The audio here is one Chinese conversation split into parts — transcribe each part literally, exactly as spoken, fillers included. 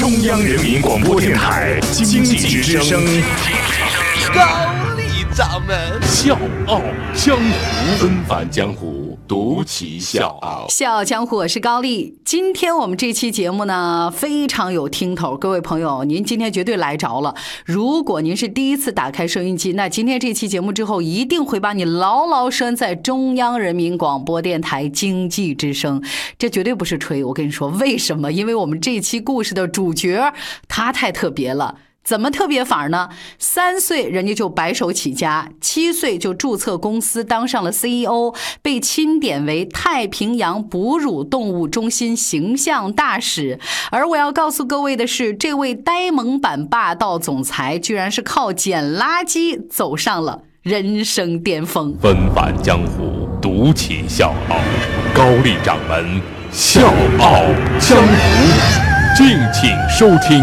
中央人民广播电台经济之声， 高丽掌门笑傲江湖，纷繁江湖，独骑笑傲。 笑傲江湖，我是高丽。今天我们这期节目呢非常有听头，各位朋友，您今天绝对来着了。如果您是第一次打开收音机，那今天这期节目之后一定会把你牢牢拴在中央人民广播电台经济之声，这绝对不是吹。我跟你说为什么？因为我们这期故事的主角他太特别了。怎么特别法呢？三岁人家就白手起家，七岁就注册公司当上了 C E O， 被钦点为太平洋哺乳动物中心形象大使。而我要告诉各位的是，这位呆萌版霸道总裁居然是靠捡垃圾走上了人生巅峰。 纷繁江湖，独骑笑傲，高丽掌门笑傲江湖，敬请收听。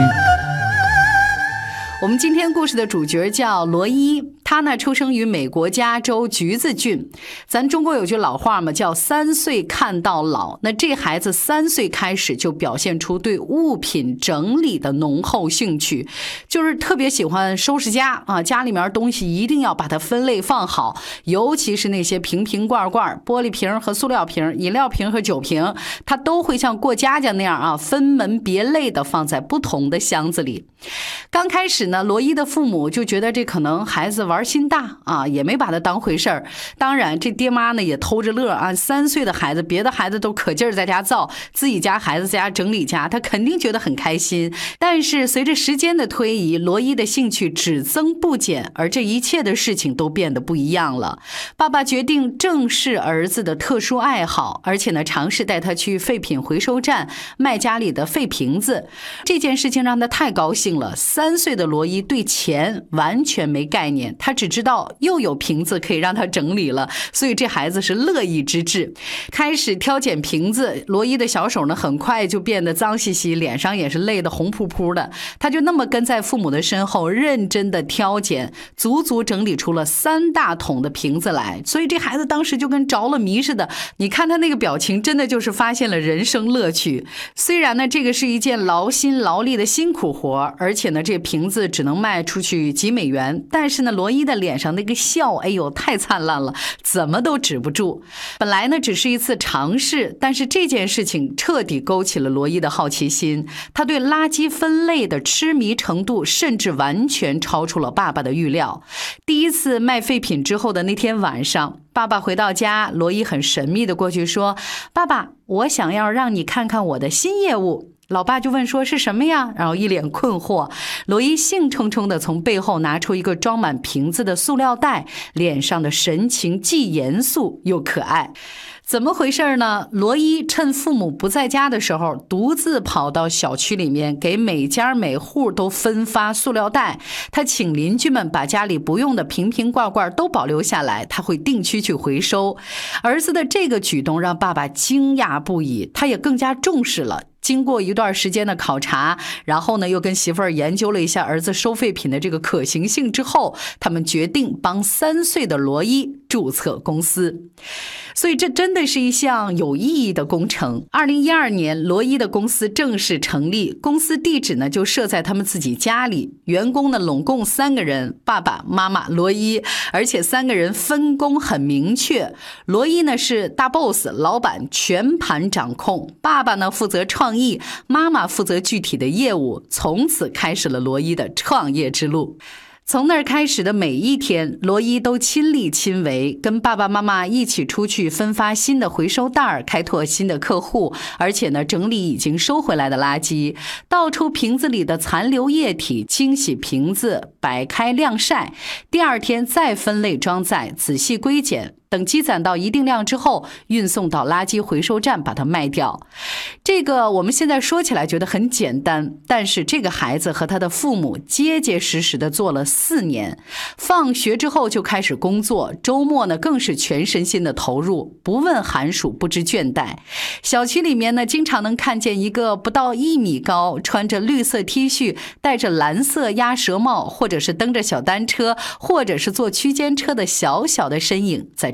我们今天故事的主角叫罗伊，他呢出生于美国加州橘子郡。咱中国有句老话嘛，叫三岁看到老。那这孩子三岁开始就表现出对物品整理的浓厚兴趣，就是特别喜欢收拾家啊，家里面东西一定要把它分类放好，尤其是那些瓶瓶罐罐、玻璃瓶和塑料瓶、饮料瓶和酒瓶，他都会像过家家那样啊，分门别类的放在不同的箱子里。刚开始呢，罗伊的父母就觉得这可能孩子玩心大啊，也没把他当回事儿。当然这爹妈呢也偷着乐啊，三岁的孩子别的孩子都可劲儿在家造，自己家孩子在家整理家，他肯定觉得很开心。但是随着时间的推移，罗伊的兴趣只增不减，而这一切的事情都变得不一样了。爸爸决定正视儿子的特殊爱好，而且呢尝试带他去废品回收站卖家里的废瓶子。这件事情让他太高兴了。三岁的罗伊对钱完全没概念，他只知道又有瓶子可以让他整理了，所以这孩子是乐意之至。开始挑拣瓶子，罗伊的小手呢很快就变得脏兮兮，脸上也是累得红扑扑的。他就那么跟在父母的身后认真的挑拣，足足整理出了三大桶的瓶子来。所以这孩子当时就跟着了迷似的，你看他那个表情，真的就是发现了人生乐趣。虽然呢这个是一件劳心劳力的辛苦活，而且呢这瓶子只能卖出去几美元，但是呢罗伊的脸上那个笑，哎呦太灿烂了，怎么都止不住。本来呢只是一次尝试，但是这件事情彻底勾起了罗伊的好奇心。他对垃圾分类的痴迷程度甚至完全超出了爸爸的预料。第一次卖废品之后的那天晚上，爸爸回到家，罗伊很神秘的过去说，爸爸，我想要让你看看我的新业务。老爸就问说是什么呀？然后一脸困惑。罗伊兴冲冲地从背后拿出一个装满瓶子的塑料袋，脸上的神情既严肃又可爱。怎么回事呢？罗伊趁父母不在家的时候，独自跑到小区里面，给每家每户都分发塑料袋。他请邻居们把家里不用的瓶瓶罐罐都保留下来，他会定期去回收。儿子的这个举动让爸爸惊讶不已，他也更加重视了。经过一段时间的考察，然后呢又跟媳妇儿研究了一下儿子收废品的这个可行性之后，他们决定帮三岁的罗伊注册公司。所以这真的是一项有意义的工程。二零一二年，罗伊的公司正式成立，公司地址呢就设在他们自己家里，员工呢拢共三个人，爸爸妈妈罗伊，而且三个人分工很明确。罗伊呢是大 boss， 老板全盘掌控，爸爸呢负责创意，妈妈负责具体的业务，从此开始了罗伊的创业之路。从那儿开始的每一天，罗伊都亲力亲为，跟爸爸妈妈一起出去分发新的回收袋，开拓新的客户，而且呢，整理已经收回来的垃圾，倒出瓶子里的残留液体，清洗瓶子，摆开晾晒，第二天再分类装载，仔细归检。等积攒到一定量之后，运送到垃圾回收站把它卖掉。这个我们现在说起来觉得很简单，但是这个孩子和他的父母结结实实的做了四年，放学之后就开始工作，周末呢更是全身心的投入，不问寒暑，不知倦怠。小区里面呢经常能看见一个不到一米高，穿着绿色 T 恤，戴着蓝色鸭舌帽，或者是蹬着小单车，或者是坐区间车的小小的身影在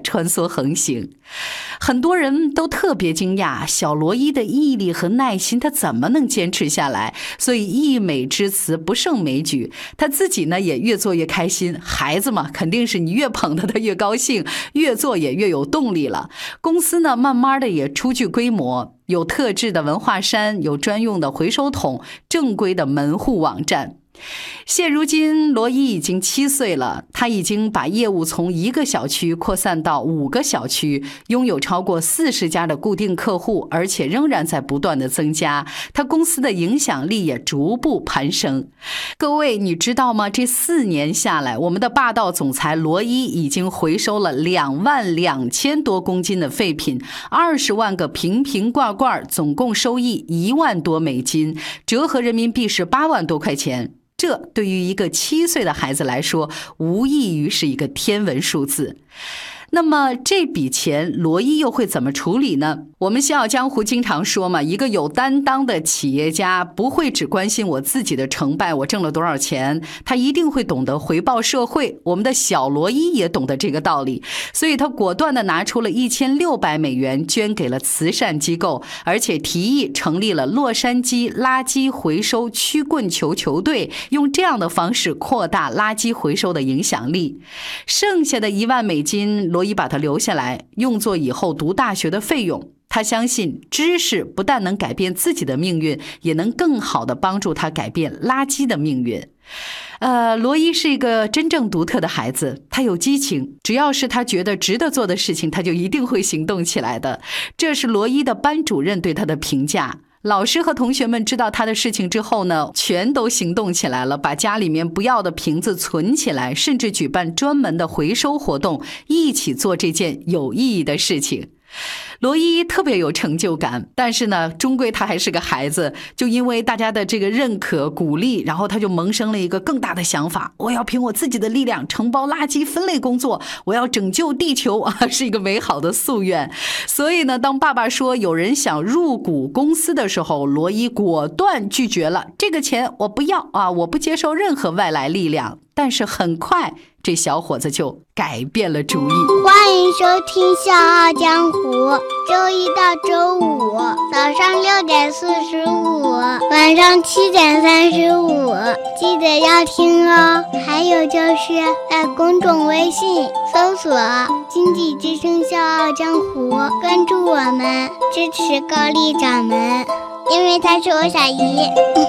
穿梭横行。很多人都特别惊讶，小罗伊的毅力和耐心，他怎么能坚持下来？所以溢美之词不胜枚举。他自己呢也越做越开心，孩子嘛，肯定是你越捧他他越高兴，越做也越有动力了。公司呢慢慢的也初具规模，有特制的文化衫，有专用的回收桶，正规的门户网站。现如今罗伊已经七岁了，他已经把业务从一个小区扩散到五个小区，拥有超过四十家的固定客户，而且仍然在不断的增加，他公司的影响力也逐步攀升。各位你知道吗？这四年下来，我们的霸道总裁罗伊已经回收了两万两千多公斤的废品，二十万个瓶瓶罐罐，总共收益一万多美金，折合人民币是八万多块钱。这对于一个七岁的孩子来说，无异于是一个天文数字。那么这笔钱罗伊又会怎么处理呢？我们笑傲江湖经常说嘛，一个有担当的企业家不会只关心我自己的成败，我挣了多少钱，他一定会懂得回报社会。我们的小罗伊也懂得这个道理，所以他果断地拿出了一千六百美元捐给了慈善机构，而且提议成立了洛杉矶垃圾回收曲棍球球队，用这样的方式扩大垃圾回收的影响力。剩下的一万美金，罗伊把它留下来，用作以后读大学的费用。他相信知识不但能改变自己的命运，也能更好地帮助他改变垃圾的命运。呃，罗伊是一个真正独特的孩子，他有激情，只要是他觉得值得做的事情，他就一定会行动起来的。这是罗伊的班主任对他的评价。老师和同学们知道他的事情之后呢，全都行动起来了，把家里面不要的瓶子存起来，甚至举办专门的回收活动，一起做这件有意义的事情。罗伊特别有成就感，但是呢，终归他还是个孩子，就因为大家的这个认可鼓励，然后他就萌生了一个更大的想法，我要凭我自己的力量承包垃圾分类工作，我要拯救地球啊，是一个美好的夙愿。所以呢，当爸爸说有人想入股公司的时候，罗伊果断拒绝了，这个钱我不要啊，我不接受任何外来力量。但是很快这小伙子就改变了主意。 欢迎收听《笑傲江湖》，周一到周五早上六点四十五，晚上七点三十五，记得要听哦。还有就是在公众微信搜索“经济之声笑傲江湖”，关注我们，支持高丽掌门，因为他是我小姨。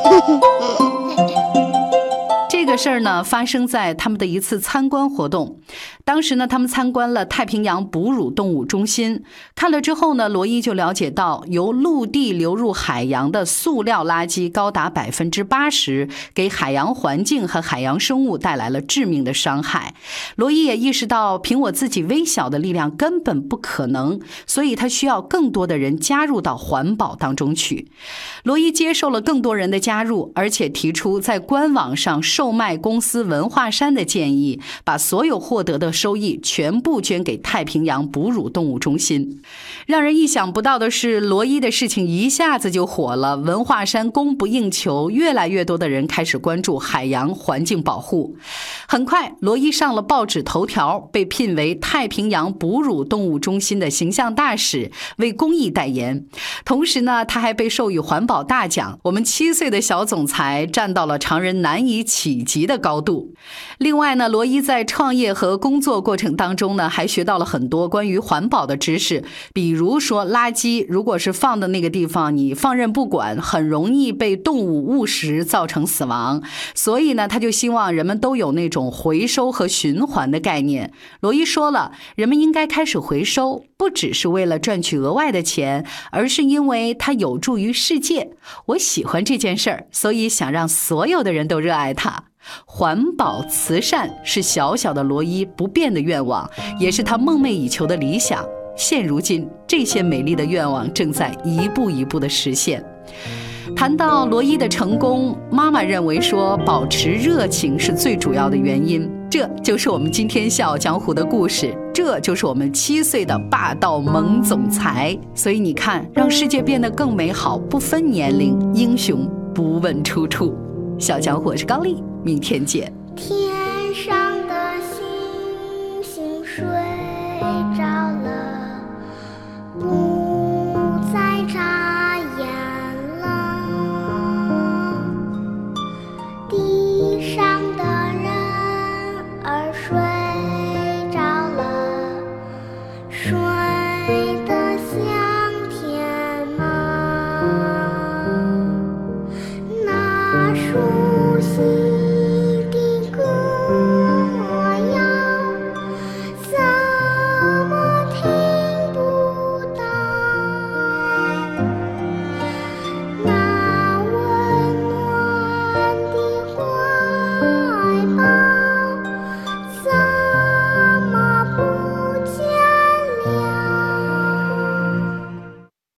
这个事儿呢，发生在他们的一次参观活动。当时呢，他们参观了太平洋哺乳动物中心。看了之后呢，罗伊就了解到，由陆地流入海洋的塑料垃圾高达百分之八十，给海洋环境和海洋生物带来了致命的伤害。罗伊也意识到，凭我自己微小的力量根本不可能，所以他需要更多的人加入到环保当中去。罗伊接受了更多人的加入，而且提出在官网上售卖公司文化衫的建议，把所有获得的收益全部捐给太平洋哺乳动物中心。让人意想不到的是，罗伊的事情一下子就火了，文化衫供不应求，越来越多的人开始关注海洋环境保护。很快，罗伊上了报纸头条，被聘为太平洋哺乳动物中心的形象大使，为公益代言。同时呢，他还被授予环保大奖。我们七岁的小总裁站到了常人难以企及的高度。另外呢，罗伊在创业和工作过程当中呢，还学到了很多关于环保的知识，比如说垃圾如果是放的那个地方你放任不管，很容易被动物误食造成死亡。所以呢，他就希望人们都有那种回收和循环的概念。罗伊说了，人们应该开始回收，不只是为了赚取额外的钱，而是因为它有助于世界。我喜欢这件事儿，所以想让所有的人都热爱它。环保慈善是小小的罗伊不变的愿望，也是他梦寐以求的理想。现如今，这些美丽的愿望正在一步一步的实现。谈到罗伊的成功，妈妈认为说保持热情是最主要的原因。这就是我们今天笑傲江湖的故事，这就是我们七岁的霸道萌总裁。所以你看，让世界变得更美好，不分年龄，英雄不问出处。小江湖，我是高丽，明天见。 天上的星星睡